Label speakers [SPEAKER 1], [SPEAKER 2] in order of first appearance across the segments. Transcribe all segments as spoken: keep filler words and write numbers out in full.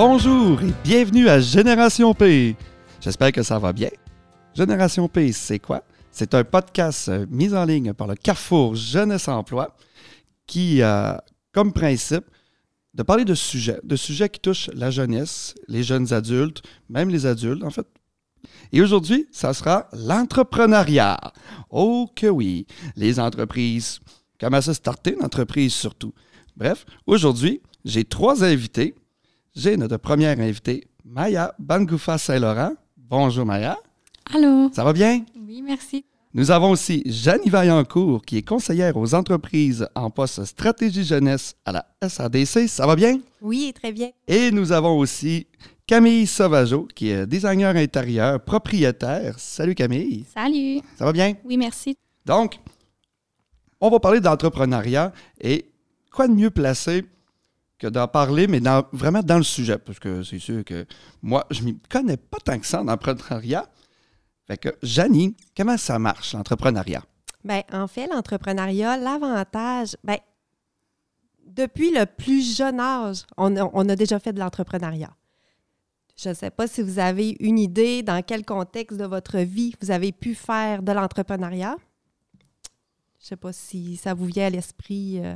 [SPEAKER 1] Bonjour et bienvenue à Génération P. J'espère que ça va bien. Génération P, c'est quoi? C'est un podcast mis en ligne par le Carrefour Jeunesse Emploi qui a comme principe de parler de sujets, de sujets qui touchent la jeunesse, les jeunes adultes, même les adultes en fait. Et aujourd'hui, ça sera l'entrepreneuriat. Oh que oui, les entreprises. Comment ça starter une entreprise surtout? Bref, aujourd'hui, j'ai trois invités. J'ai notre première invitée, Maya Bangoufa-Saint-Laurent. Bonjour Maya.
[SPEAKER 2] Allô.
[SPEAKER 1] Ça va bien?
[SPEAKER 2] Oui, merci.
[SPEAKER 1] Nous avons aussi Jeannie Vaillancourt, qui est conseillère aux entreprises en poste stratégie jeunesse à la S A D C. Ça va bien?
[SPEAKER 2] Oui, très bien.
[SPEAKER 1] Et nous avons aussi Camille Sauvageau, qui est designer intérieur, propriétaire. Salut Camille.
[SPEAKER 2] Salut.
[SPEAKER 1] Ça va bien?
[SPEAKER 2] Oui, merci.
[SPEAKER 1] Donc, on va parler d'entrepreneuriat et quoi de mieux placé que d'en parler, mais dans, vraiment dans le sujet, parce que c'est sûr que moi, je ne m'y connais pas tant que ça en entrepreneuriat. Fait que, Jeannie, comment ça marche, l'entrepreneuriat?
[SPEAKER 3] Bien, en fait, l'entrepreneuriat, l'avantage, bien, depuis le plus jeune âge, on a, on a déjà fait de l'entrepreneuriat. Je ne sais pas si vous avez une idée dans quel contexte de votre vie vous avez pu faire de l'entrepreneuriat. Je ne sais pas si ça vous vient à l'esprit. Euh...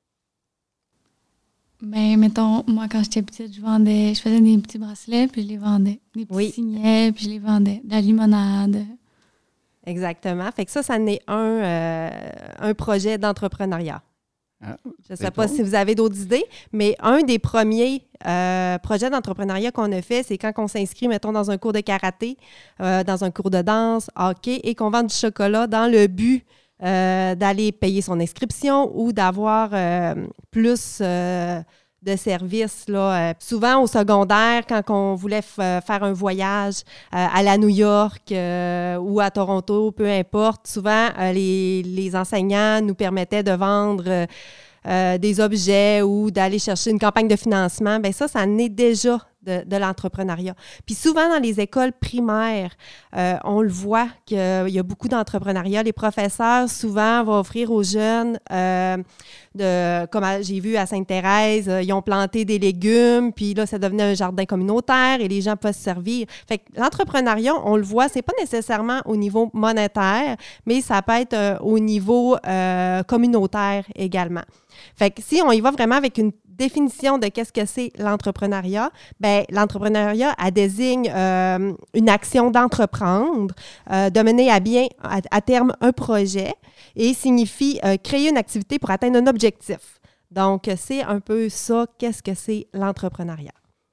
[SPEAKER 2] Ben, mettons, moi, quand j'étais petite, je vendais, je faisais des petits bracelets, puis je les vendais. Des petits
[SPEAKER 3] oui.
[SPEAKER 2] signets, puis je les vendais. De la limonade.
[SPEAKER 3] Exactement. Fait que ça, ça en est un, euh, un projet d'entrepreneuriat.
[SPEAKER 1] Ah,
[SPEAKER 3] je ne sais pas bon. si vous avez d'autres idées, mais un des premiers euh, projets d'entrepreneuriat qu'on a fait, c'est quand on s'inscrit, mettons, dans un cours de karaté, euh, dans un cours de danse, hockey, et qu'on vend du chocolat dans le but Euh, d'aller payer son inscription ou d'avoir euh, plus euh, de services. Là. Euh, souvent, au secondaire, quand on voulait f- faire un voyage euh, à la New York euh, ou à Toronto, peu importe, souvent, euh, les, les enseignants nous permettaient de vendre euh, euh, des objets ou d'aller chercher une campagne de financement. Bien, ça, ça en est déjà de, de l'entrepreneuriat. Puis souvent, dans les écoles primaires, euh, on le voit qu'il y a beaucoup d'entrepreneuriat. Les professeurs, souvent, vont offrir aux jeunes, euh, de, comme j'ai vu à Sainte-Thérèse, euh, ils ont planté des légumes, puis là, ça devenait un jardin communautaire et les gens peuvent se servir. Fait que l'entrepreneuriat, on le voit, c'est pas nécessairement au niveau monétaire, mais ça peut être euh, au niveau euh, communautaire également. Fait que si on y va vraiment avec une définition de qu'est-ce que c'est l'entrepreneuriat, bien, l'entrepreneuriat, elle désigne euh, une action d'entreprendre, euh, de mener à bien, à, à terme, un projet et signifie euh, créer une activité pour atteindre un objectif. Donc, c'est un peu ça, qu'est-ce que c'est l'entrepreneuriat.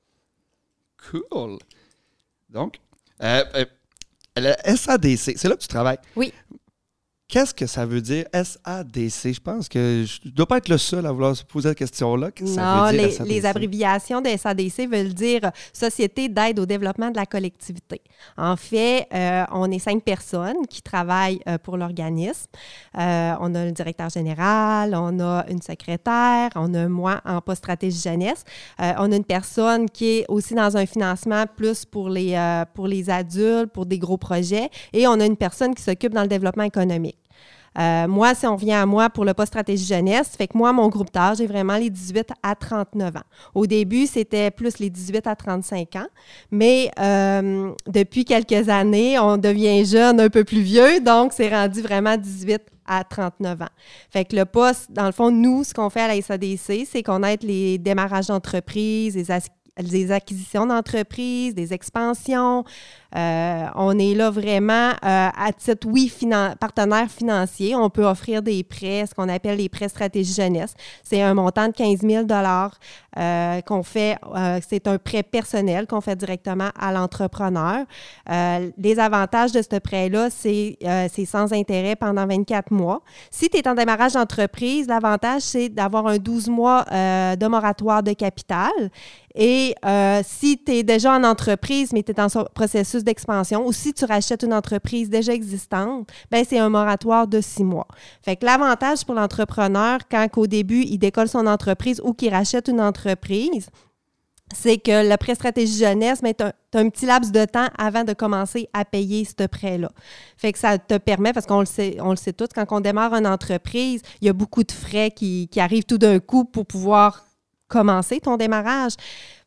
[SPEAKER 1] Cool. Donc, euh, euh, la S A D C, c'est là que tu travailles.
[SPEAKER 3] Oui.
[SPEAKER 1] Qu'est-ce que ça veut dire S A D C? Je pense que je ne dois pas être le seul à vouloir se poser cette question-là. Qu'est-ce que
[SPEAKER 3] non,
[SPEAKER 1] ça veut dire,
[SPEAKER 3] les,
[SPEAKER 1] S A D C?
[SPEAKER 3] les abréviations de S A D C veulent dire Société d'aide au développement de la collectivité. En fait, euh, on est cinq personnes qui travaillent euh, pour l'organisme. Euh, on a le directeur général, on a une secrétaire, on a moi en poste stratégie jeunesse. Euh, on a une personne qui est aussi dans un financement plus pour les, euh, pour les adultes, pour des gros projets. Et on a une personne qui s'occupe dans le développement économique. Euh, moi, si on vient à moi pour le poste stratégie jeunesse, fait que moi, mon groupe d'âge est vraiment les dix-huit à trente-neuf ans. Au début, c'était plus les dix-huit à trente-cinq ans, mais euh, depuis quelques années, on devient jeune, un peu plus vieux, donc c'est rendu vraiment dix-huit à trente-neuf ans. Fait que le poste, dans le fond, nous, ce qu'on fait à la S A D C, c'est qu'on aide les démarrages d'entreprises, les as- des acquisitions d'entreprises, des expansions. Euh, on est là vraiment euh, à titre, oui, finan- partenaire financier. On peut offrir des prêts, ce qu'on appelle les prêts stratégie jeunesse. C'est un montant de quinze mille dollars euh, qu'on fait. Euh, c'est un prêt personnel qu'on fait directement à l'entrepreneur. Euh, les avantages de ce prêt-là, c'est, euh, c'est sans intérêt pendant vingt-quatre mois. Si tu es en démarrage d'entreprise, l'avantage, c'est d'avoir un douze mois euh, de moratoire de capital. Et euh, si tu es déjà en entreprise, mais tu es en processus d'expansion, ou si tu rachètes une entreprise déjà existante, bien, c'est un moratoire de six mois. Fait que l'avantage pour l'entrepreneur, quand au début, il décolle son entreprise ou qu'il rachète une entreprise, c'est que le prêt stratégie jeunesse, mais tu as un petit laps de temps avant de commencer à payer ce prêt-là. Fait que ça te permet, parce qu'on le sait, on le sait tous, quand on démarre une entreprise, il y a beaucoup de frais qui, qui arrivent tout d'un coup pour pouvoir commencer ton démarrage.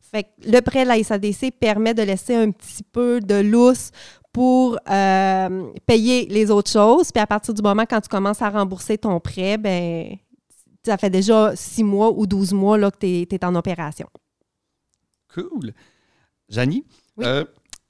[SPEAKER 3] Fait que le prêt de la S A D C permet de laisser un petit peu de lousse pour euh, payer les autres choses. Puis à partir du moment quand tu commences à rembourser ton prêt, ben ça fait déjà six mois ou douze mois là, que tu es en opération.
[SPEAKER 1] Cool. Janie,
[SPEAKER 3] oui.
[SPEAKER 1] euh,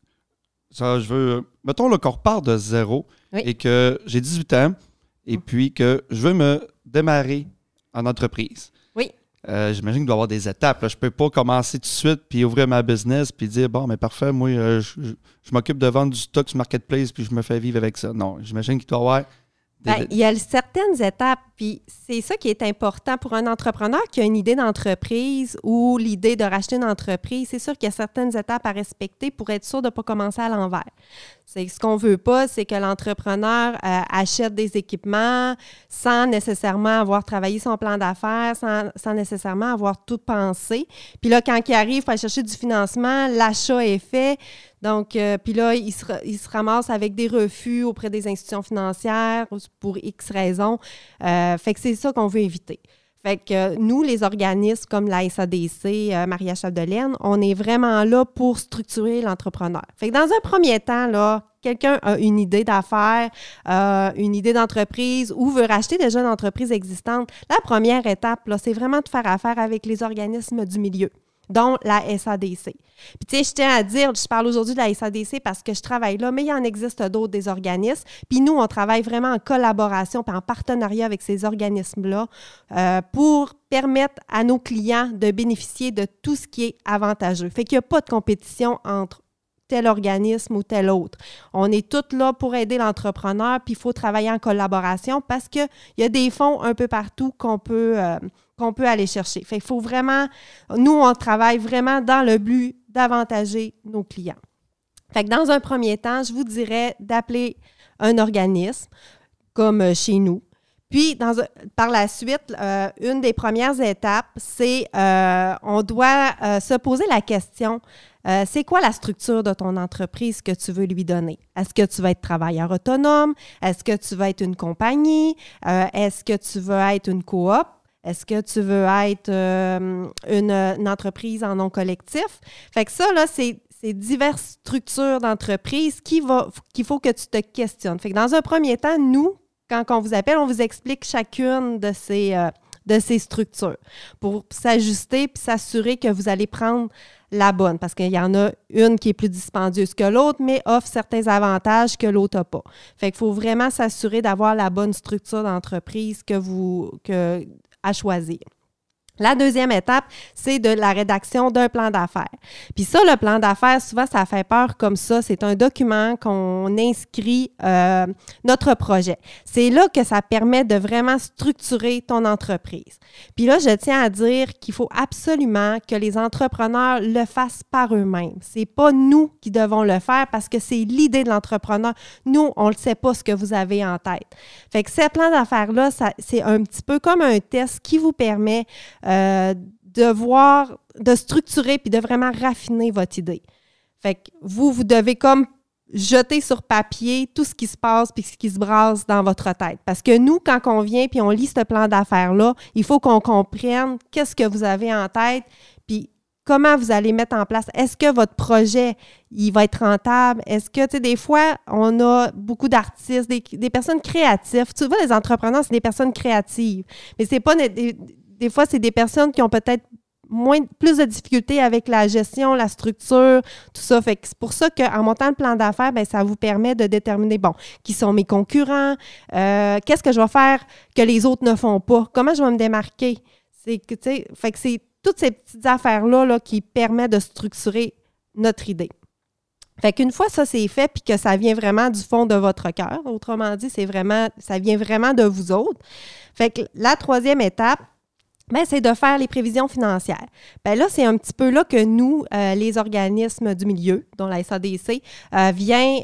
[SPEAKER 1] ça, je veux... Mettons là, qu'on repart de zéro
[SPEAKER 3] oui.
[SPEAKER 1] et que j'ai dix-huit ans et puis que je veux me démarrer en entreprise.
[SPEAKER 3] Oui.
[SPEAKER 1] Euh, j'imagine qu'il doit y avoir des étapes. Là. Je ne peux pas commencer tout de suite puis ouvrir ma business puis dire, bon, mais parfait, moi, euh, je, je, je m'occupe de vendre du stock sur Marketplace puis je me fais vivre avec ça. Non, j'imagine qu'il doit y avoir... Des...
[SPEAKER 3] Bien, il y a certaines étapes, puis c'est ça qui est important pour un entrepreneur qui a une idée d'entreprise ou l'idée de racheter une entreprise. C'est sûr qu'il y a certaines étapes à respecter pour être sûr de ne pas commencer à l'envers. C'est, ce qu'on ne veut pas, c'est que l'entrepreneur euh, achète des équipements sans nécessairement avoir travaillé son plan d'affaires, sans, sans nécessairement avoir tout pensé. Puis là, quand il arrive pour aller chercher du financement, l'achat est fait. Donc, euh, puis là, il se, il se ramasse avec des refus auprès des institutions financières pour X raisons. Euh, fait que c'est ça qu'on veut éviter. Fait que euh, nous, les organismes comme la S A D C, euh, Maria-Chapdelaine, on est vraiment là pour structurer l'entrepreneur. Fait que dans un premier temps, là, quelqu'un a une idée d'affaires, euh, une idée d'entreprise ou veut racheter déjà une entreprise existante, la première étape, là, c'est vraiment de faire affaire avec les organismes du milieu, dont la S A D C. Puis, tu sais, je tiens à dire, je parle aujourd'hui de la S A D C parce que je travaille là, mais il y en existe d'autres, des organismes. Puis nous, on travaille vraiment en collaboration puis en partenariat avec ces organismes-là euh, pour permettre à nos clients de bénéficier de tout ce qui est avantageux. Fait qu'il n'y a pas de compétition entre tel organisme ou tel autre. On est tous là pour aider l'entrepreneur, puis il faut travailler en collaboration parce qu'il y a des fonds un peu partout qu'on peut... Euh, qu'on peut aller chercher. Fait qu'il faut vraiment, nous, on travaille vraiment dans le but d'avantager nos clients. Fait que dans un premier temps, je vous dirais d'appeler un organisme comme chez nous. Puis, dans, par la suite, euh, une des premières étapes, c'est euh, on doit euh, se poser la question, euh, c'est quoi la structure de ton entreprise que tu veux lui donner? Est-ce que tu vas être travailleur autonome? Est-ce que tu vas être une compagnie? Euh, est-ce que tu veux être une coop? Est-ce que tu veux être euh, une, une entreprise en non collectif? Fait que ça, là, c'est, c'est diverses structures d'entreprise qui va, qu'il faut que tu te questionnes. Fait que dans un premier temps, nous, quand on vous appelle, on vous explique chacune de ces, euh, de ces structures pour s'ajuster puis s'assurer que vous allez prendre la bonne, parce qu'il y en a une qui est plus dispendieuse que l'autre, mais offre certains avantages que l'autre n'a pas. Fait qu'il faut vraiment s'assurer d'avoir la bonne structure d'entreprise que vous... que à choisir. La deuxième étape, c'est de la rédaction d'un plan d'affaires. Puis ça, le plan d'affaires, souvent, ça fait peur comme ça. C'est un document qu'on inscrit euh, notre projet. C'est là que ça permet de vraiment structurer ton entreprise. Puis là, je tiens à dire qu'il faut absolument que les entrepreneurs le fassent par eux-mêmes. C'est pas nous qui devons le faire parce que c'est l'idée de l'entrepreneur. Nous, on ne sait pas ce que vous avez en tête. Fait que ce plan d'affaires-là, ça, c'est un petit peu comme un test qui vous permet Euh, de voir, de structurer puis de vraiment raffiner votre idée. Fait que vous, vous devez comme jeter sur papier tout ce qui se passe puis ce qui se brasse dans votre tête. Parce que nous, quand on vient puis on lit ce plan d'affaires-là, il faut qu'on comprenne qu'est-ce que vous avez en tête puis comment vous allez mettre en place. Est-ce que votre projet, il va être rentable? Est-ce que, tu sais, des fois, on a beaucoup d'artistes, des, des personnes créatives. Tu vois, les entrepreneurs, c'est des personnes créatives. Mais c'est pas... Des, Des fois, c'est des personnes qui ont peut-être moins, plus de difficultés avec la gestion, la structure, tout ça. Fait que c'est pour ça qu'en montant le plan d'affaires, bien, ça vous permet de déterminer, bon, qui sont mes concurrents, euh, qu'est-ce que je vais faire que les autres ne font pas, comment je vais me démarquer. C'est que, tu sais, fait que c'est toutes ces petites affaires-là là, qui permettent de structurer notre idée. Fait qu'une fois ça c'est fait puis que ça vient vraiment du fond de votre cœur, autrement dit, c'est vraiment, ça vient vraiment de vous autres. Fait que la troisième étape, bien, c'est de faire les prévisions financières. Bien là, c'est un petit peu là que nous, euh, les organismes du milieu, dont la S A D C, euh, vient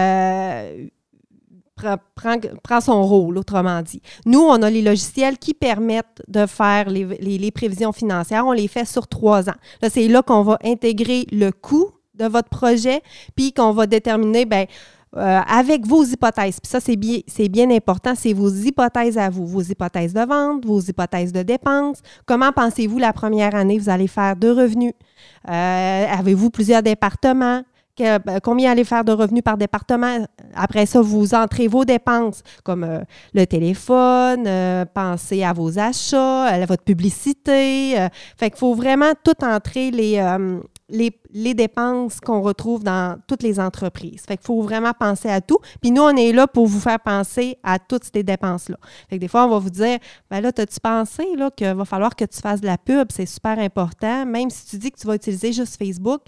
[SPEAKER 3] euh, prend, prend, prend son rôle, autrement dit. Nous, on a les logiciels qui permettent de faire les, les, les prévisions financières. On les fait sur trois ans. Là, c'est là qu'on va intégrer le coût de votre projet, puis qu'on va déterminer, bien, euh, avec vos hypothèses. Puis ça, c'est bien, c'est bien important, c'est vos hypothèses à vous, vos hypothèses de vente, vos hypothèses de dépenses. Comment pensez-vous la première année vous allez faire de revenus? Euh, avez-vous plusieurs départements? Que, ben, combien allez faire de revenus par département? Après ça, vous entrez vos dépenses, comme euh, le téléphone, euh, pensez à vos achats, à votre publicité. Euh, fait qu'il faut vraiment tout entrer les, euh, les, les dépenses qu'on retrouve dans toutes les entreprises. Fait qu'il faut vraiment penser à tout. Puis nous, on est là pour vous faire penser à toutes ces dépenses-là. Fait que des fois, on va vous dire, ben là, t'as-tu pensé là, qu'il va falloir que tu fasses de la pub? C'est super important. Même si tu dis que tu vas utiliser juste Facebook,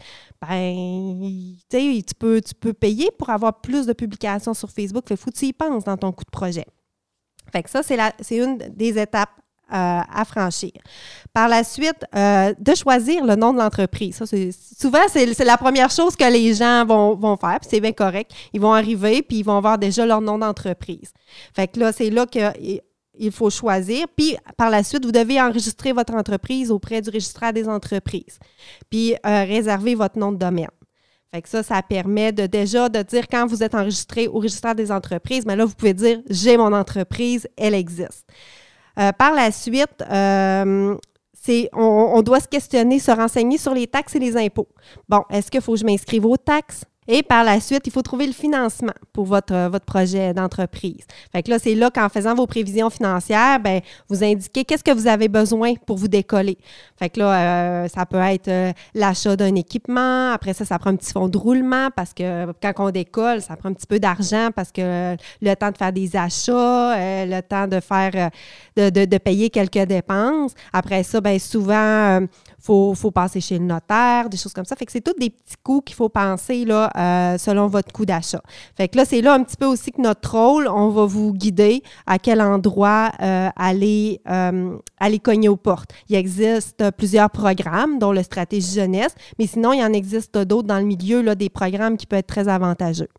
[SPEAKER 3] ben, tu sais, tu peux, tu peux payer pour avoir plus de publications sur Facebook. Fait qu'il faut que tu y penses dans ton coût de projet. Fait que ça, c'est, la, c'est une des étapes Euh, à franchir. Par la suite, euh, de choisir le nom de l'entreprise. Ça, c'est, souvent, c'est, c'est la première chose que les gens vont, vont faire, puis c'est bien correct. Ils vont arriver, puis ils vont avoir déjà leur nom d'entreprise. Fait que là, c'est là qu'il faut choisir. Puis, par la suite, vous devez enregistrer votre entreprise auprès du registraire des entreprises. Puis, euh, réserver votre nom de domaine. Fait que ça, ça permet de déjà de dire quand vous êtes enregistré au registraire des entreprises, mais là, vous pouvez dire « j'ai mon entreprise, elle existe ». Euh, par la suite, euh, c'est, on, on doit se questionner, se renseigner sur les taxes et les impôts. Bon, est-ce qu'il faut que je m'inscrive aux taxes? Et par la suite, il faut trouver le financement pour votre, euh, votre projet d'entreprise. Fait que là, c'est là qu'en faisant vos prévisions financières, bien, vous indiquez qu'est-ce que vous avez besoin pour vous décoller. Fait que là, euh, ça peut être euh, l'achat d'un équipement. Après ça, ça prend un petit fonds de roulement parce que quand on décolle, ça prend un petit peu d'argent parce que euh, le temps de faire des achats, euh, le temps de faire, euh, de, de, de payer quelques dépenses. Après ça, bien, souvent, il euh, faut, faut passer chez le notaire, des choses comme ça. Fait que c'est tous des petits coûts qu'il faut penser là, euh, selon votre coût d'achat. Fait que là, c'est là un petit peu aussi que notre rôle, on va vous guider à quel endroit euh, aller, euh, aller cogner aux portes. Il existe plusieurs programmes, dont le Stratégie Jeunesse, mais sinon, il y en existe d'autres dans le milieu, là, des programmes qui peuvent être très avantageux.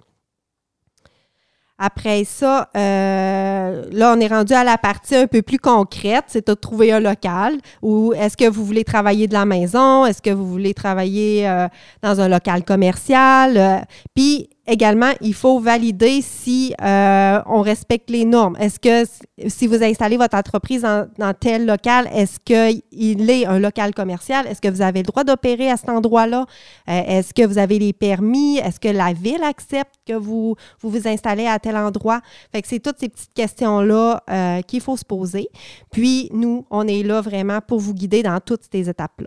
[SPEAKER 3] Après ça, euh, là, on est rendu à la partie un peu plus concrète, c'est de trouver un local. Ou est-ce que vous voulez travailler de la maison? Est-ce que vous voulez travailler euh, dans un local commercial? Euh, puis, également, il faut valider si euh, on respecte les normes. Est-ce que si vous installez votre entreprise dans, dans tel local, est-ce qu'il est un local commercial? Est-ce que vous avez le droit d'opérer à cet endroit-là? Euh, est-ce que vous avez les permis? Est-ce que la ville accepte que vous vous, vous installez à tel endroit? Fait que c'est toutes ces petites questions-là euh, qu'il faut se poser. Puis, nous, on est là vraiment pour vous guider dans toutes ces étapes-là.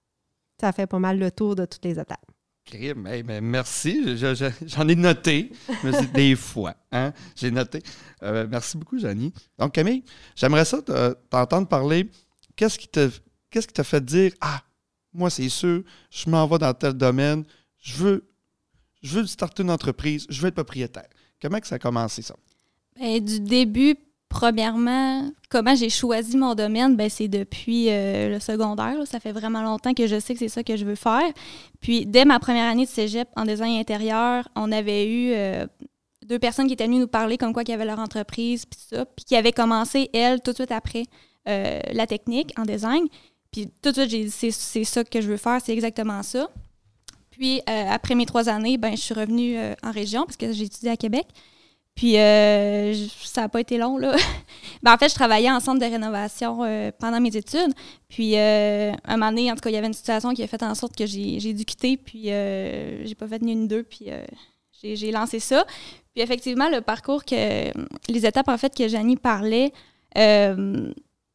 [SPEAKER 3] Ça fait pas mal le tour de toutes les étapes.
[SPEAKER 1] Crime, hey, mais merci, je, je, j'en ai noté, mais c'est des fois, hein, j'ai noté. Euh, merci beaucoup, Janie. Donc, Camille, j'aimerais ça t'entendre parler, qu'est-ce qui te, qu'est-ce qui t'a fait dire, ah, moi, c'est sûr, je m'en vais dans tel domaine, je veux, je veux starter une entreprise, je veux être propriétaire. Comment que ça a commencé, ça?
[SPEAKER 4] Bien, du début, premièrement, comment j'ai choisi mon domaine, ben c'est depuis euh, le secondaire. Là. Ça fait vraiment longtemps que je sais que c'est ça que je veux faire. Puis, dès ma première année de cégep en design intérieur, on avait eu euh, deux personnes qui étaient venues nous parler comme quoi qu'ils avaient leur entreprise, puis ça, puis qui avaient commencé, elles, tout de suite après euh, la technique en design. Puis, tout de suite, j'ai dit, c'est, c'est ça que je veux faire, c'est exactement ça. Puis, euh, après mes trois années, ben je suis revenue euh, en région parce que j'ai étudié à Québec. Puis, euh, ça n'a pas été long, là. ben, en fait, je travaillais en centre de rénovation euh, pendant mes études. Puis, euh, un moment donné, en tout cas, il y avait une situation qui a fait en sorte que j'ai, j'ai dû quitter. Puis, euh, j'ai pas fait ni une ni deux. Puis, euh, j'ai, j'ai lancé ça. Puis, effectivement, le parcours, que les étapes, en fait, que Janie parlait, euh,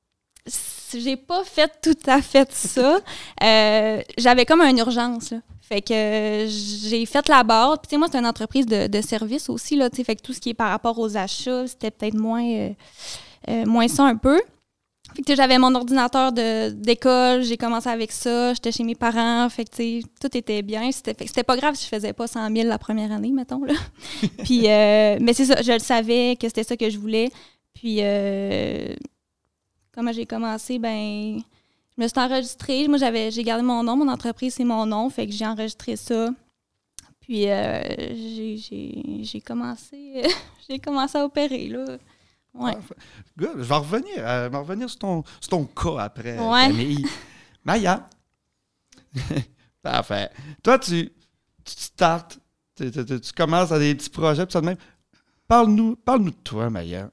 [SPEAKER 4] j'ai pas fait tout à fait ça. Euh, j'avais comme une urgence, là. Fait que j'ai fait la base. Puis, tu sais, moi, c'est une entreprise de, de service aussi, là, tu sais. Fait que tout ce qui est par rapport aux achats, c'était peut-être moins, euh, euh, moins ça un peu. Fait que, tu sais, j'avais mon ordinateur de, d'école, j'ai commencé avec ça, j'étais chez mes parents. Fait que, tu sais, tout était bien. C'était, fait que c'était pas grave si je faisais pas cent mille la première année, mettons, là. Puis, euh, mais c'est ça, je le savais que c'était ça que je voulais. Puis, euh, comment j'ai commencé, ben... Je me suis enregistrée. Moi, j'avais, j'ai gardé mon nom. Mon entreprise, c'est mon nom. Fait que j'ai enregistré ça. Puis, euh, j'ai, j'ai, j'ai commencé j'ai commencé à opérer, là. Ouais.
[SPEAKER 1] Good. Je vais revenir, euh, je vais revenir sur, ton, sur ton cas après,
[SPEAKER 4] ouais.
[SPEAKER 1] Camille. Maya. Parfait. Toi, tu, tu startes Tu, tu, tu, tu commences à des petits projets, puis ça de même. Parle-nous, parle-nous de toi, Maya.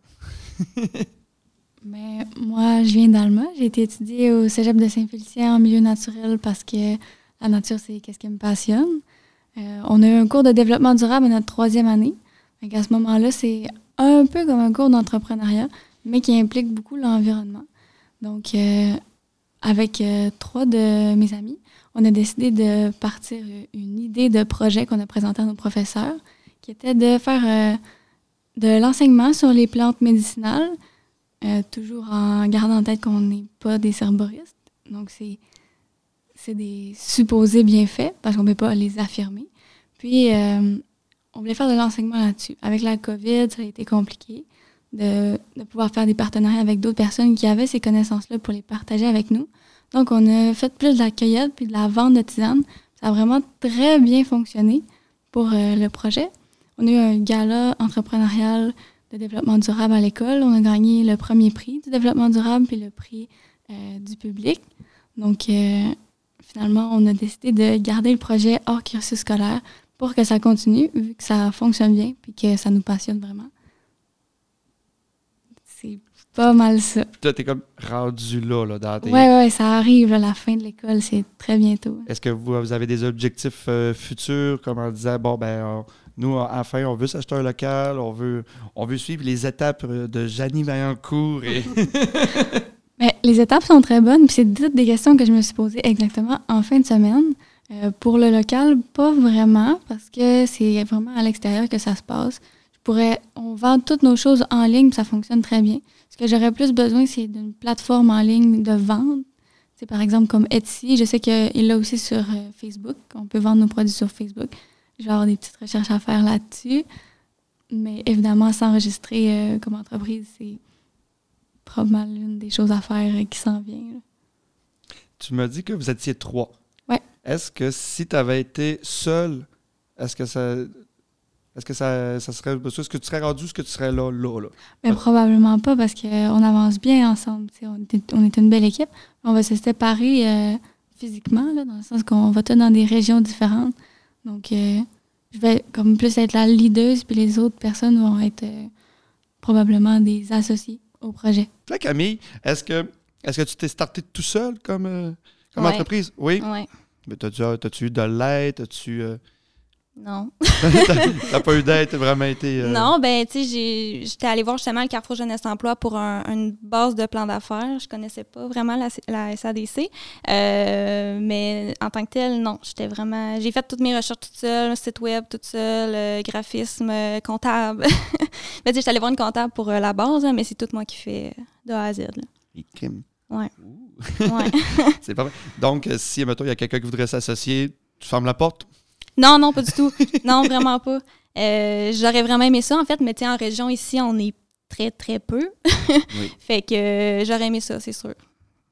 [SPEAKER 2] Mais moi, je viens d'Alma. J'ai été étudiée au Cégep de Saint-Félicien en milieu naturel parce que la nature, c'est qu'est-ce qui me passionne. Euh, on a eu un cours de développement durable à notre troisième année. Donc à ce moment-là, c'est un peu comme un cours d'entrepreneuriat, mais qui implique beaucoup l'environnement. Donc, euh, avec euh, trois de mes amis, on a décidé de partir une idée de projet qu'on a présenté à nos professeurs, qui était de faire euh, de l'enseignement sur les plantes médicinales, euh, toujours en gardant en tête qu'on n'est pas des herboristes. Donc, c'est, c'est des supposés bienfaits, parce qu'on ne peut pas les affirmer. Puis, euh, on voulait faire de l'enseignement là-dessus. Avec la COVID, ça a été compliqué de, de pouvoir faire des partenariats avec d'autres personnes qui avaient ces connaissances-là pour les partager avec nous. Donc, on a fait plus de la cueillette puis de la vente de tisanes. Ça a vraiment très bien fonctionné pour euh, le projet. On a eu un gala entrepreneurial de développement durable à l'école. On a gagné le premier prix du développement durable puis le prix euh, du public. Donc, euh, finalement, on a décidé de garder le projet hors cursus scolaire pour que ça continue, vu que ça fonctionne bien puis que ça nous passionne vraiment. C'est pas mal ça.
[SPEAKER 1] Puis là, t'es comme rendu là, là dans tes...
[SPEAKER 2] Oui, oui, ça arrive, là, la fin de l'école, c'est très bientôt.
[SPEAKER 1] Est-ce que vous, vous avez des objectifs euh, futurs, comme en disant, bon, ben, on, nous, à la fin, on veut s'acheter un local, on veut, on veut suivre les étapes de Janie Vaillancourt et...
[SPEAKER 2] Mais les étapes sont très bonnes, puis c'est toutes des questions que je me suis posées exactement en fin de semaine. Euh, pour le local, pas vraiment, parce que c'est vraiment à l'extérieur que ça se passe. Je pourrais, on vend toutes nos choses en ligne, puis ça fonctionne très bien. Ce que j'aurais plus besoin, c'est d'une plateforme en ligne de vente. C'est par exemple comme Etsy. Je sais qu'il l'a aussi sur euh, Facebook. On peut vendre nos produits sur Facebook. Je vais avoir des petites recherches à faire là-dessus. Mais évidemment, s'enregistrer euh, comme entreprise, c'est probablement l'une des choses à faire euh, qui s'en vient. Là.
[SPEAKER 1] Tu m'as dit que vous étiez trois.
[SPEAKER 2] Oui.
[SPEAKER 1] Est-ce que si tu avais été seule, est-ce que ça... Est-ce que ça, ça serait... Est-ce que tu serais rendu, est-ce que tu serais là, là, là?
[SPEAKER 2] Mais probablement pas, parce qu'on avance bien ensemble. On est, on est une belle équipe. On va se séparer euh, physiquement, là, dans le sens qu'on va tous dans des régions différentes. Donc, euh, je vais comme plus être la leaduse, puis les autres personnes vont être euh, probablement des associés au projet.
[SPEAKER 1] Toi, Camille, est-ce que, est-ce que tu t'es starté tout seul comme, euh, comme
[SPEAKER 4] ouais.
[SPEAKER 1] entreprise? Oui.
[SPEAKER 4] Oui.
[SPEAKER 1] Mais t'as-tu, t'as-tu eu de l'aide? T'as-tu... Euh...
[SPEAKER 4] Non.
[SPEAKER 1] T'as pas eu d'aide? T'as vraiment été... Euh...
[SPEAKER 4] Non, ben tu sais, j'ai, j'étais allée voir justement le Carrefour Jeunesse Emploi pour un, une base de plan d'affaires. Je connaissais pas vraiment la, la S A D C. Euh, mais en tant que telle, non. J'étais vraiment... J'ai fait toutes mes recherches toute seule, site web toute seule, euh, graphisme, euh, comptable. Ben tu sais, j'étais allée voir une comptable pour euh, la base, hein, mais c'est tout moi qui fais euh, de A à Z. Là.
[SPEAKER 1] Les crimes.
[SPEAKER 4] Ouais.
[SPEAKER 1] ouais. C'est pas vrai. Donc, si, mettons, il y a quelqu'un qui voudrait s'associer, tu fermes la porte?
[SPEAKER 4] Non, non, pas du tout. Non, vraiment pas. Euh, j'aurais vraiment aimé ça, en fait, mais tu sais, en région, ici, on est très, très peu. Oui. Fait que euh, j'aurais aimé ça, c'est sûr.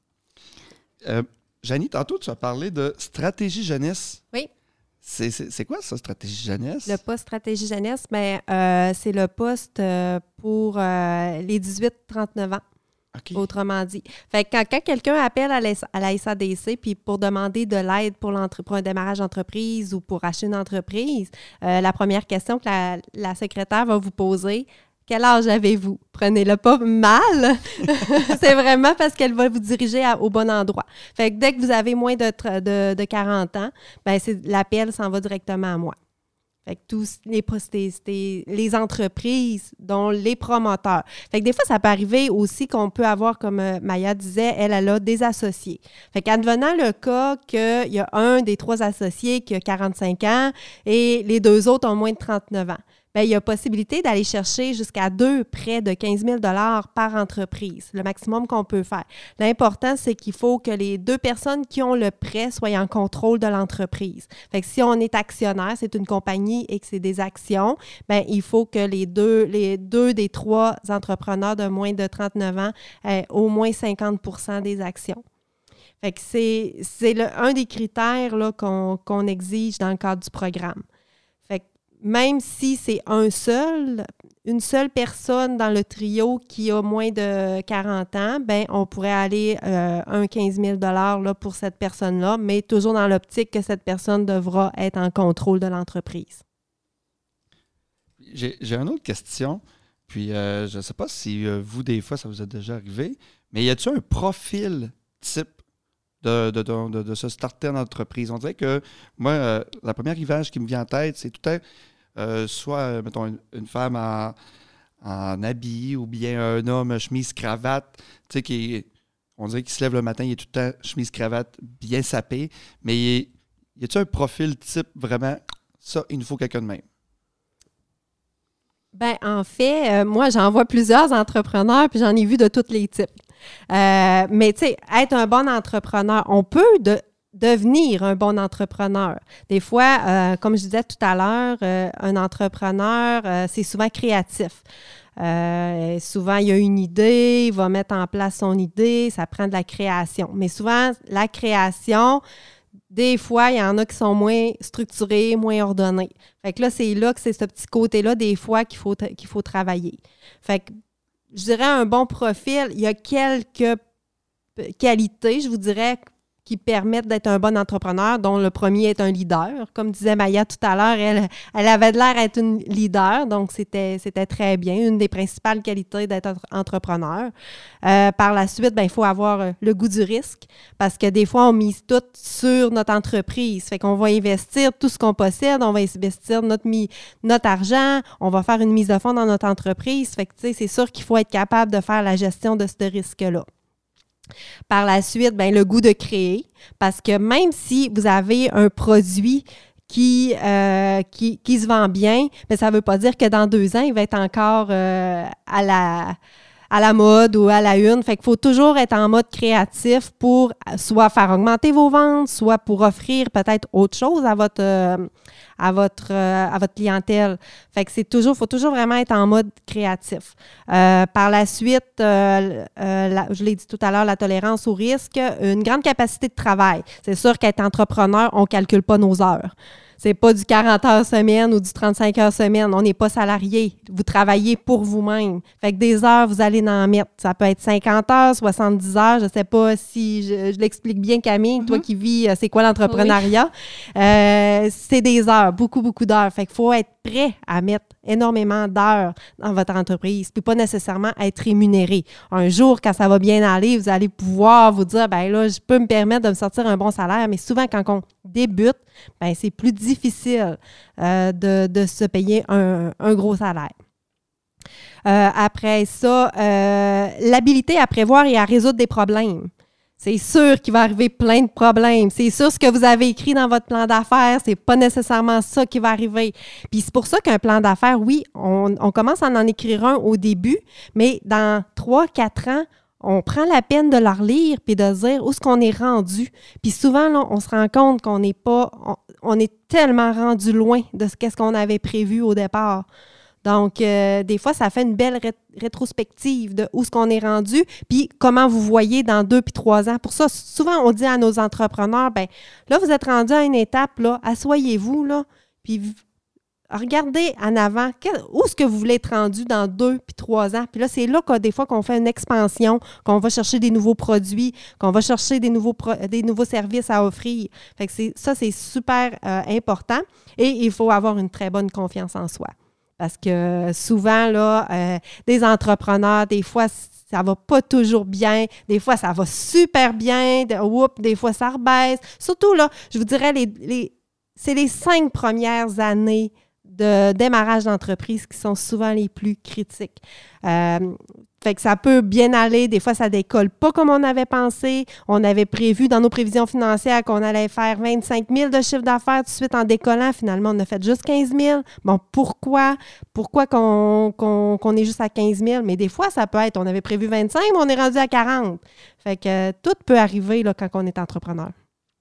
[SPEAKER 1] Euh, Janie, tantôt, tu as parlé de stratégie jeunesse.
[SPEAKER 3] Oui.
[SPEAKER 1] C'est, c'est, c'est quoi ça, stratégie jeunesse?
[SPEAKER 3] Le poste stratégie jeunesse, mais euh, c'est le poste euh, pour euh, les dix-huit trente-neuf ans. Okay. Autrement dit. Fait que quand, quand quelqu'un appelle à la, à la S A D C puis pour demander de l'aide pour, pour un démarrage d'entreprise ou pour acheter une entreprise, euh, la première question que la, la secrétaire va vous poser, quel âge avez-vous? Prenez-le pas mal. C'est vraiment parce qu'elle va vous diriger à, au bon endroit. Fait que dès que vous avez moins de, de, de quarante ans, ben c'est, l'appel s'en va directement à moi. Fait que tous les, les, les entreprises, dont les promoteurs. Fait que des fois, ça peut arriver aussi qu'on peut avoir, comme Maya disait, elle, elle a des associés. Fait qu'advenant le cas qu'il y a un des trois associés qui a quarante-cinq ans et les deux autres ont moins de trente-neuf ans, bien, il y a possibilité d'aller chercher jusqu'à deux prêts de quinze mille dollars par entreprise, le maximum qu'on peut faire. L'important, c'est qu'il faut que les deux personnes qui ont le prêt soient en contrôle de l'entreprise. Fait que si on est actionnaire, c'est une compagnie et que c'est des actions, bien, il faut que les deux, les deux des trois entrepreneurs de moins de trente-neuf ans aient au moins cinquante pour cent des actions. Fait que c'est, c'est le, un des critères là, qu'on, qu'on exige dans le cadre du programme. Même si c'est un seul, une seule personne dans le trio qui a moins de quarante ans, ben on pourrait aller euh, un quinze mille dollars là, pour cette personne-là, mais toujours dans l'optique que cette personne devra être en contrôle de l'entreprise.
[SPEAKER 1] j'ai, j'ai une autre question. Puis, euh, je ne sais pas si euh, vous, des fois, ça vous est déjà arrivé, mais y a-t-il un profil type de, de, de, de, de se starter en entreprise? On dirait que moi, euh, la première image qui me vient en tête, c'est tout un, euh, soit, euh, mettons, une, une femme en, en habit ou bien un homme chemise-cravate, tu sais, qui on dirait qu'il se lève le matin, il est tout le temps chemise-cravate, bien sapé, mais y a-t-il un profil type vraiment, ça, il nous faut quelqu'un de même?
[SPEAKER 3] Ben, en fait, euh, moi, j'en vois plusieurs entrepreneurs, puis j'en ai vu de tous les types. Euh, mais, tu sais, être un bon entrepreneur, on peut de, devenir un bon entrepreneur. Des fois, euh, comme je disais tout à l'heure, euh, un entrepreneur, euh, c'est souvent créatif. Euh, souvent, il y a une idée, il va mettre en place son idée, ça prend de la création. Mais souvent, la création, des fois, il y en a qui sont moins structurés, moins ordonnés. Fait que là, c'est là que c'est ce petit côté-là, des fois, qu'il faut, qu'il faut travailler. Fait que, je dirais, un bon profil, il y a quelques qualités, je vous dirais, qui permettent d'être un bon entrepreneur, dont le premier est un leader. Comme disait Maya tout à l'heure, elle, elle avait de l'air d'être une leader, donc c'était, c'était très bien, une des principales qualités d'être entrepreneur. Euh, par la suite, ben, il faut avoir le goût du risque, parce que des fois, on mise tout sur notre entreprise. Fait qu'on va investir tout ce qu'on possède, on va investir notre, mi- notre argent, on va faire une mise de fonds dans notre entreprise. Fait que, tu sais, c'est sûr qu'il faut être capable de faire la gestion de ce risque-là. Par la suite, bien, le goût de créer, parce que même si vous avez un produit qui, euh, qui, qui se vend bien, mais ça ne veut pas dire que dans deux ans, il va être encore euh, à la... à la mode ou à la une. Fait qu'il faut toujours être en mode créatif pour soit faire augmenter vos ventes, soit pour offrir peut-être autre chose à votre, euh, à votre, euh, à votre clientèle. Fait que c'est toujours, faut toujours vraiment être en mode créatif. Euh, par la suite, euh, euh, la, je l'ai dit tout à l'heure, la tolérance au risque, une grande capacité de travail. C'est sûr qu'être entrepreneur, on ne calcule pas nos heures. C'est pas du quarante heures semaine ou du trente-cinq heures semaine. On n'est pas salarié. Vous travaillez pour vous-même. Fait que des heures, vous allez en mettre. Ça peut être cinquante heures, soixante-dix heures. Je sais pas si je, je l'explique bien, Camille. Mm-hmm. Toi qui vis, c'est quoi l'entrepreneuriat? Oui. Euh, c'est des heures, beaucoup, beaucoup d'heures. Fait qu'il faut être prêt à mettre énormément d'heures dans votre entreprise, puis pas nécessairement être rémunéré. Un jour, quand ça va bien aller, vous allez pouvoir vous dire, ben là, je peux me permettre de me sortir un bon salaire, mais souvent, quand on débute, ben c'est plus difficile euh, de, de se payer un, un gros salaire. Euh, après ça, euh, l'habilité à prévoir et à résoudre des problèmes. C'est sûr qu'il va arriver plein de problèmes. C'est sûr ce que vous avez écrit dans votre plan d'affaires, c'est pas nécessairement ça qui va arriver. Puis c'est pour ça qu'un plan d'affaires, oui, on, on commence à en écrire un au début, mais dans trois, quatre ans, on prend la peine de le relire puis de dire où est-ce qu'on est rendu. Puis souvent, là, on se rend compte qu'on n'est pas, on, on est tellement rendu loin de ce qu'est-ce qu'on avait prévu au départ. Donc, euh, des fois, ça fait une belle ré- rétrospective de où est-ce qu'on est rendu, puis comment vous voyez dans deux puis trois ans. Pour ça, souvent, on dit à nos entrepreneurs, bien, là, vous êtes rendu à une étape, là, asseyez-vous, là, puis v- regardez en avant, quel, où est-ce que vous voulez être rendu dans deux puis trois ans. Puis là, c'est là que des fois qu'on fait une expansion, qu'on va chercher des nouveaux produits, qu'on va chercher des nouveaux, pro- des nouveaux services à offrir. Fait que c'est, ça, c'est super euh, important et il faut avoir une très bonne confiance en soi. Parce que souvent, là, euh, des entrepreneurs, des fois, ça va pas toujours bien. Des fois, ça va super bien. De, whoop, des fois, ça rebaisse. Surtout, là, je vous dirais, les, les, c'est les cinq premières années de démarrage d'entreprise qui sont souvent les plus critiques. Euh, fait que ça peut bien aller. Des fois, ça décolle pas comme on avait pensé. On avait prévu dans nos prévisions financières qu'on allait faire vingt-cinq mille de chiffre d'affaires tout de suite en décollant. Finalement, on a fait juste quinze mille. Bon, pourquoi? Pourquoi qu'on, qu'on, qu'on est juste à quinze mille? Mais des fois, ça peut être, on avait prévu vingt-cinq, mais on est rendu à quarante. Fait que euh, tout peut arriver là, quand on est entrepreneur.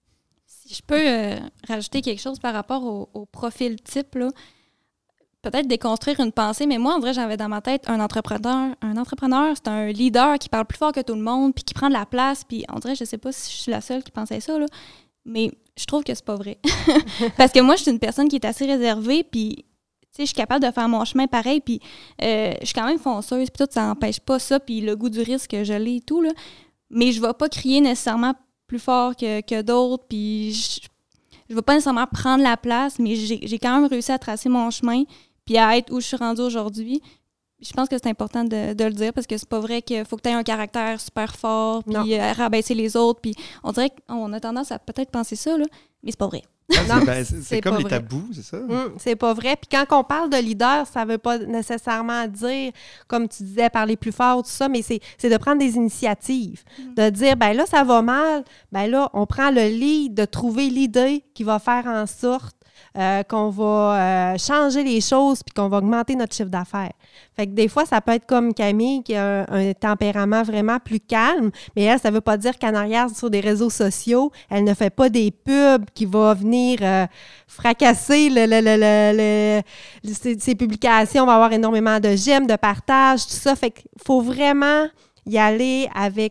[SPEAKER 4] Si je peux euh, rajouter quelque chose par rapport au, au profil type, là. Peut-être déconstruire une pensée, mais moi, en vrai, j'avais dans ma tête un entrepreneur. Un entrepreneur, c'est un leader qui parle plus fort que tout le monde, puis qui prend de la place, puis on dirait, je sais pas si je suis la seule qui pensait ça, là, mais je trouve que c'est pas vrai. Parce que moi, je suis une personne qui est assez réservée, puis, tu sais, je suis capable de faire mon chemin pareil, puis euh, je suis quand même fonceuse, puis tout, ça n'empêche pas ça, puis le goût du risque, je l'ai et tout, là. Mais je vais pas crier nécessairement plus fort que, que d'autres, puis je, je vais pas nécessairement prendre la place, mais j'ai, j'ai quand même réussi à tracer mon chemin. puis à être où je suis rendue aujourd'hui. Je pense que c'est important de, de le dire parce que c'est pas vrai qu'il faut que tu aies un caractère super fort puis euh, rabaisser les autres. Puis on dirait qu'on a tendance à peut-être penser ça, là, mais c'est pas vrai.
[SPEAKER 1] Non, ben, c'est, c'est comme les vrai. tabous, c'est ça?
[SPEAKER 3] Mmh, c'est pas vrai. Puis quand on parle de leader, ça veut pas nécessairement dire, comme tu disais, parler plus fort, tout ça, mais c'est, c'est de prendre des initiatives. Mmh. De dire, ben là, ça va mal, ben là, on prend le lead, de trouver l'idée qui va faire en sorte Euh, qu'on va euh, changer les choses puis qu'on va augmenter notre chiffre d'affaires. Fait que des fois, ça peut être comme Camille qui a un, un tempérament vraiment plus calme, mais elle, ça ne veut pas dire qu'en arrière, sur des réseaux sociaux, elle ne fait pas des pubs qui vont venir euh, fracasser le, le, le, le, le, ses, ses publications, on va avoir énormément de j'aime, de partage, tout ça. Fait qu'il faut vraiment y aller avec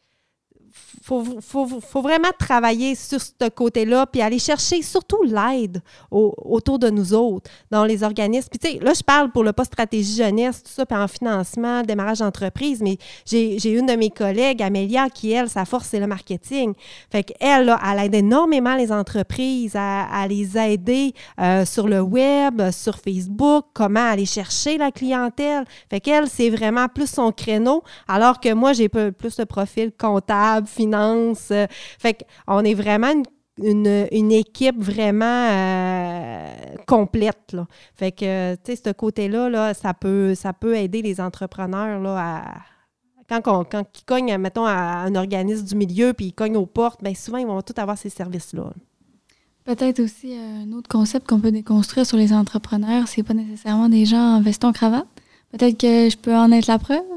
[SPEAKER 3] Il faut, faut, faut vraiment travailler sur ce côté-là puis aller chercher surtout l'aide au, autour de nous autres, dans les organismes. Puis tu sais, là, je parle pour le poste stratégie jeunesse, tout ça, puis en financement, démarrage d'entreprise, mais j'ai, j'ai une de mes collègues, Amélia, qui, elle, sa force, c'est le marketing. Fait qu'elle, là, elle aide énormément les entreprises à, à les aider euh, sur le web, sur Facebook, comment aller chercher la clientèle. Fait qu'elle, c'est vraiment plus son créneau, alors que moi, j'ai plus le profil comptable, finance. Euh, fait qu'on est vraiment une, une, une équipe vraiment euh, complète, là. Fait que, tu sais, ce côté-là, là, ça peut, ça peut aider les entrepreneurs, là, à... Quand, on, quand ils cognent, mettons, à un organisme du milieu puis ils cognent aux portes, bien souvent, ils vont tous avoir ces services-là.
[SPEAKER 2] Peut-être aussi euh, un autre concept qu'on peut déconstruire sur les entrepreneurs, c'est pas nécessairement des gens en veston-cravate. Peut-être que je peux en être la preuve.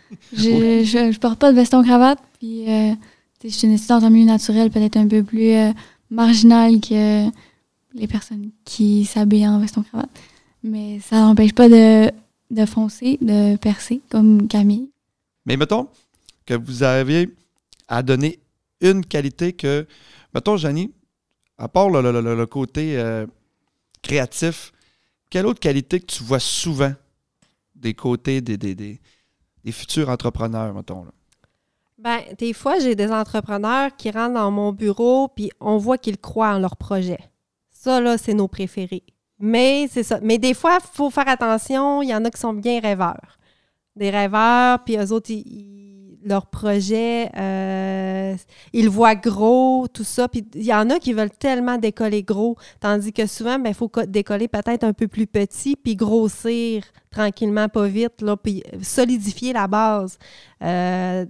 [SPEAKER 2] Je, je, je porte pas de veston-cravate, puis... Euh, je suis une étudiante en milieu naturel, peut-être un peu plus euh, marginale que les personnes qui s'habillent en veston-cravate. Mais ça n'empêche pas de, de foncer, de percer, comme Camille.
[SPEAKER 1] Mais mettons que vous avez à donner une qualité que... Mettons, Janie, à part le, le, le, le côté euh, créatif, quelle autre qualité que tu vois souvent des côtés des, des, des, des futurs entrepreneurs, mettons, là?
[SPEAKER 3] Bien, des fois, j'ai des entrepreneurs qui rentrent dans mon bureau puis on voit qu'ils croient en leur projet. Ça, là, c'est nos préférés. Mais c'est ça. Mais des fois, il faut faire attention. Il y en a qui sont bien rêveurs. Des rêveurs, puis eux autres, ils, ils, leur projet, euh, ils le voient gros, tout ça. Puis il y en a qui veulent tellement décoller gros, tandis que souvent, il faut décoller peut-être un peu plus petit puis grossir tranquillement, pas vite, là, puis solidifier la base euh,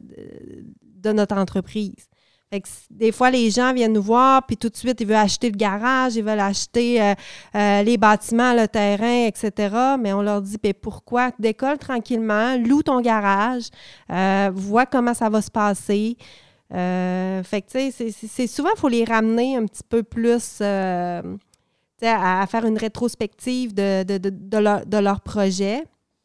[SPEAKER 3] de notre entreprise. Fait que des fois, les gens viennent nous voir, puis tout de suite, ils veulent acheter le garage, ils veulent acheter euh, euh, les bâtiments, le terrain, et cetera. Mais on leur dit, ben pourquoi? Décolle tranquillement, loue ton garage, euh, vois comment ça va se passer. Euh, fait que, tu sais, c'est, c'est souvent, il faut les ramener un petit peu plus... Euh, À, à faire une rétrospective de, de, de, de, leur, de leur projet.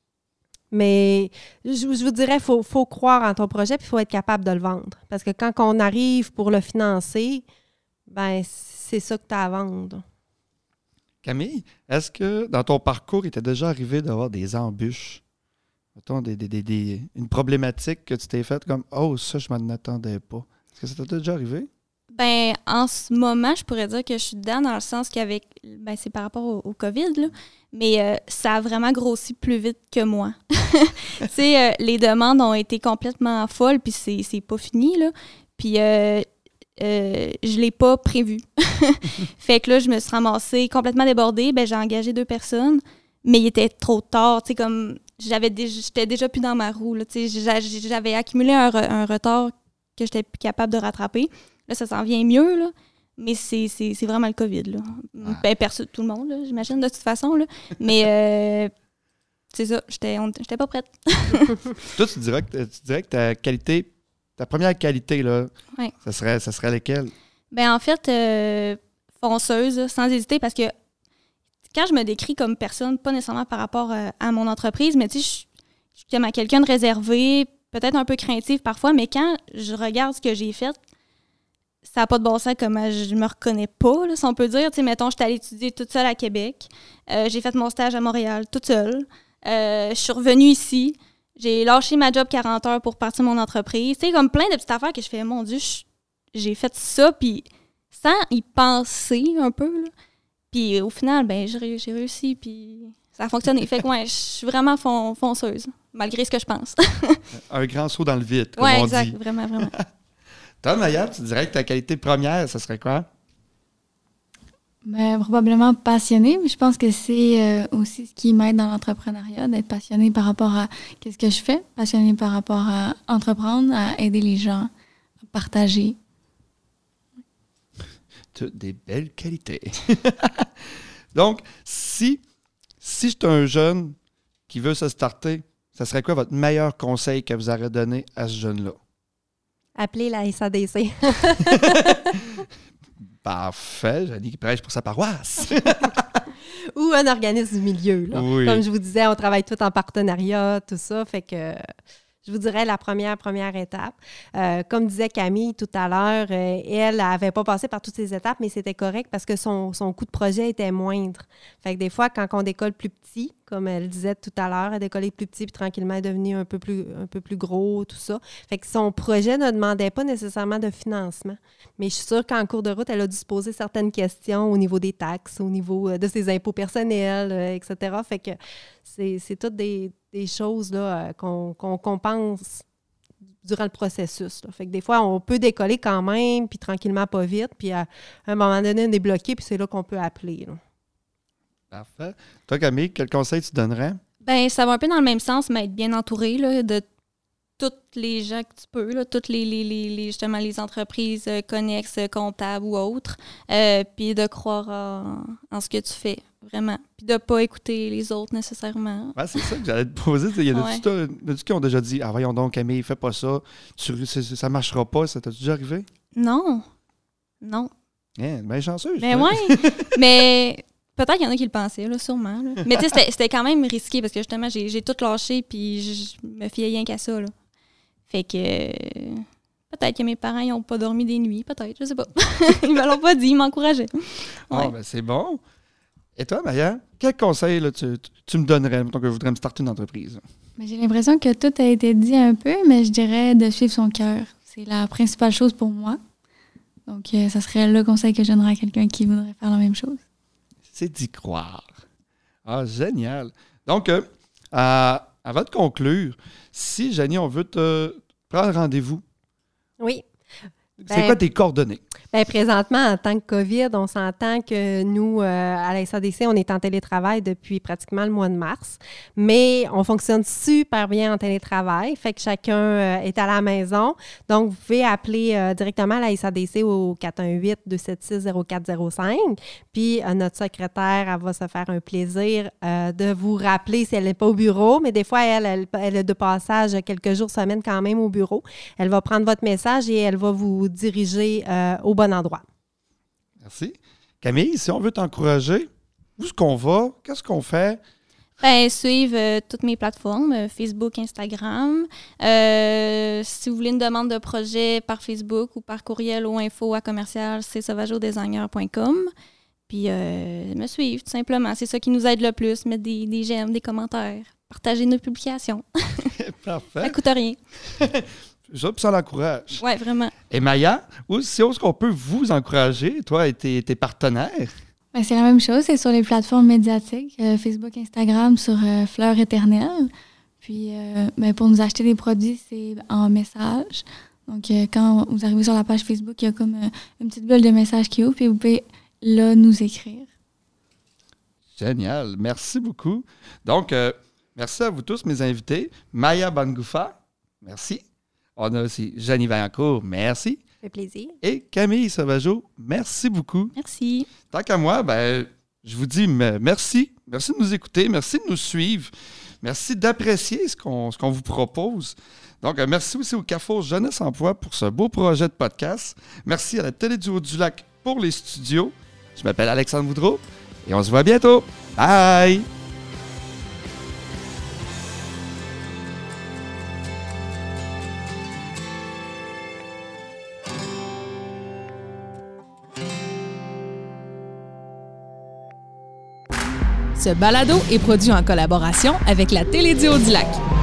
[SPEAKER 3] Mais je, je vous dirais, il faut, faut croire en ton projet puis il faut être capable de le vendre. Parce que quand on arrive pour le financer, ben c'est ça que tu as à vendre.
[SPEAKER 1] Camille, est-ce que dans ton parcours, il t'est déjà arrivé d'avoir des embûches? Mettons, des, des, des, des, une problématique que tu t'es faite comme « Oh, ça, je m'en attendais pas ». Est-ce que ça t'a déjà arrivé?
[SPEAKER 4] Ben, en ce moment, je pourrais dire que je suis dedans dans le sens qu'avec, ben, c'est par rapport au, au COVID, là, mais euh, ça a vraiment grossi plus vite que moi. Tu sais, euh, les demandes ont été complètement folles, puis c'est, c'est pas fini, là. Puis euh, euh, je l'ai pas prévu. Fait que là, je me suis ramassée complètement débordée. Ben, j'ai engagé deux personnes, mais il était trop tard. Tu sais, comme j'avais déjà, j'étais déjà plus dans ma roue, là. Tu sais, j'avais accumulé un, un retard que j'étais plus capable de rattraper. Là, ça s'en vient mieux, là, mais c'est, c'est, c'est vraiment le COVID, là. Ah. Ben, perso, tout le monde, là, j'imagine, de toute façon, là. Mais euh, c'est ça, j'étais, on, j'étais pas prête.
[SPEAKER 1] Toi, tu dirais, que, tu dirais que ta qualité, ta première qualité, là,
[SPEAKER 4] ouais.
[SPEAKER 1] ça serait, ça serait laquelle?
[SPEAKER 4] Ben, en fait, euh, fonceuse, sans hésiter, parce que quand je me décris comme personne, pas nécessairement par rapport euh, à mon entreprise, mais tu sais, je suis comme quelqu'un de réservé, peut-être un peu craintif parfois, mais quand je regarde ce que j'ai fait, ça n'a pas de bon sens comment je me reconnais pas, là, si on peut dire. Tu sais, mettons, j'étais allée étudier toute seule à Québec. Euh, j'ai fait mon stage à Montréal toute seule. Euh, je suis revenue ici. J'ai lâché ma job quarante heures pour partir mon entreprise. Tu sais, comme plein de petites affaires que je fais, mon Dieu, je, j'ai fait ça, puis sans y penser un peu, là. Puis au final, ben j'ai, j'ai réussi, puis ça a fonctionné. Fait que ouais, je suis vraiment fon- fonceuse, malgré ce que je pense.
[SPEAKER 1] Un grand saut dans le vide, comme
[SPEAKER 4] ouais,
[SPEAKER 1] on
[SPEAKER 4] exact,
[SPEAKER 1] dit.
[SPEAKER 4] vraiment, vraiment.
[SPEAKER 1] Toi, Maya, tu dirais que ta qualité première, ce serait quoi?
[SPEAKER 2] Ben, probablement passionnée, mais je pense que c'est euh, aussi ce qui m'aide dans l'entrepreneuriat, d'être passionnée par rapport à qu'est-ce que je fais, passionnée par rapport à entreprendre, à aider les gens, à partager.
[SPEAKER 1] Toutes des belles qualités. Donc, si, si je suis un jeune qui veut se starter, ça serait quoi votre meilleur conseil que vous aurez donné à ce jeune-là?
[SPEAKER 3] Appelez la S A D C.
[SPEAKER 1] Parfait, Janie qui prêche pour sa paroisse.
[SPEAKER 3] Ou un organisme du milieu. Là.
[SPEAKER 1] Oui.
[SPEAKER 3] Comme je vous disais, on travaille tout en partenariat, tout ça. Fait que je vous dirais la première, première étape. Euh, comme disait Camille tout à l'heure, euh, elle n'avait pas passé par toutes ces étapes, mais c'était correct parce que son, son coût de projet était moindre. Fait que des fois, quand on décolle plus petit, comme elle disait tout à l'heure, elle décollait plus petit, puis tranquillement, elle est devenue un peu plus, un peu plus gros, tout ça. Fait que son projet ne demandait pas nécessairement de financement. Mais je suis sûre qu'en cours de route, elle a dû se poser certaines questions au niveau des taxes, au niveau de ses impôts personnels, euh, et cetera. Fait que c'est, c'est toutes des, des choses là, qu'on, qu'on, qu'on pense durant le processus. Là. Fait que des fois, on peut décoller quand même, puis tranquillement, pas vite, puis à, à un moment donné, on est bloqué, puis c'est là qu'on peut appeler. Là.
[SPEAKER 1] Parfait. Toi, Camille, quel conseil tu donnerais?
[SPEAKER 4] Ben, ça va un peu dans le même sens, mais être bien entouré là, de tous les gens que tu peux, là, toutes les, les, les, les, justement, les entreprises euh, connexes, comptables ou autres, euh, puis de croire en, en ce que tu fais, vraiment. Puis de ne pas écouter les autres nécessairement.
[SPEAKER 1] Ouais, c'est ça que j'allais te poser. Il y en a
[SPEAKER 4] Ouais.
[SPEAKER 1] du qui ont déjà dit « Ah, voyons donc, Camille, fais pas ça. Tu, ça ne marchera pas. » Ça t'a déjà arrivé?
[SPEAKER 4] Non. Non.
[SPEAKER 1] Yeah, bien chanceuse.
[SPEAKER 4] Mais
[SPEAKER 1] toi.
[SPEAKER 4] ouais. Mais peut-être qu'il y en a qui le pensaient, là, sûrement. Là. Mais tu sais, c'était, c'était quand même risqué parce que justement, j'ai, j'ai tout lâché puis je me fiais rien qu'à ça. Là. Fait que euh, peut-être que mes parents n'ont pas dormi des nuits, peut-être, je sais pas. Ils me l'ont pas dit, ils m'encourageaient.
[SPEAKER 1] Oh,
[SPEAKER 4] Ouais.
[SPEAKER 1] ben c'est bon. Et toi, Maya, quel conseil là, tu, tu, tu me donnerais, mettons que je voudrais me starter une entreprise?
[SPEAKER 2] Ben, j'ai l'impression que tout a été dit un peu, mais je dirais de suivre son cœur. C'est la principale chose pour moi. Donc, euh, ça serait le conseil que je donnerais à quelqu'un qui voudrait faire la même chose.
[SPEAKER 1] C'est d'y croire. Ah, génial. Donc, euh, à, avant de conclure, si, Janie, on veut te prendre rendez-vous,
[SPEAKER 3] Oui.
[SPEAKER 1] c'est
[SPEAKER 3] Ben,
[SPEAKER 1] quoi tes coordonnées?
[SPEAKER 3] Bien, présentement, en tant que COVID, on s'entend que nous, euh, à la S A D C, on est en télétravail depuis pratiquement le mois de mars, mais on fonctionne super bien en télétravail, fait que chacun euh, est à la maison. Donc, vous pouvez appeler euh, directement à la S A D C au quatre un huit, deux sept six, zéro quatre zéro cinq, puis euh, notre secrétaire, elle va se faire un plaisir euh, de vous rappeler si elle n'est pas au bureau, mais des fois, elle, elle, elle est de passage quelques jours, semaines quand même au bureau. Elle va prendre votre message et elle va vous diriger euh, au bon endroit.
[SPEAKER 1] Merci. Camille, si on veut t'encourager, où est-ce qu'on va? Qu'est-ce qu'on fait?
[SPEAKER 4] Ben, suivre euh, toutes mes plateformes, euh, Facebook, Instagram. Euh, si vous voulez une demande de projet par Facebook ou par courriel au info à commercial c sauvageau designer point com. Puis euh, me suivre, tout simplement. C'est ça qui nous aide le plus. Mettre des, des j'aime, des commentaires, partager nos publications. Ça
[SPEAKER 1] Parfait.
[SPEAKER 4] coûte rien.
[SPEAKER 1] Ça, puis ça l'encourage.
[SPEAKER 4] Ouais, vraiment.
[SPEAKER 1] Et Maya, où, si où est-ce qu'on peut vous encourager, toi et tes, tes partenaires?
[SPEAKER 2] Ben, c'est la même chose, c'est sur les plateformes médiatiques, euh, Facebook, Instagram, sur euh, Fleur Éternelle. Puis, euh, ben, pour nous acheter des produits, c'est en message. Donc, euh, quand vous arrivez sur la page Facebook, il y a comme euh, une petite bulle de message qui ouvre, puis vous pouvez là nous écrire.
[SPEAKER 1] Génial. Merci beaucoup. Donc, euh, merci à vous tous, mes invités. Maya Bangoufa, merci. On a aussi Janie Vaillancourt, merci.
[SPEAKER 3] Ça fait plaisir.
[SPEAKER 1] Et Camille Sauvageau, merci beaucoup.
[SPEAKER 4] Merci.
[SPEAKER 1] Tant qu'à moi, ben, je vous dis m- merci. Merci de nous écouter. Merci de nous suivre. Merci d'apprécier ce qu'on, ce qu'on vous propose. Donc, euh, merci aussi au Carrefour Jeunesse Emploi pour ce beau projet de podcast. Merci à la Télé du Haut-du-Lac pour les studios. Je m'appelle Alexandre Boudreau et on se voit bientôt. Bye!
[SPEAKER 5] Ce balado est produit en collaboration avec la Télé du Haut-du-Lac.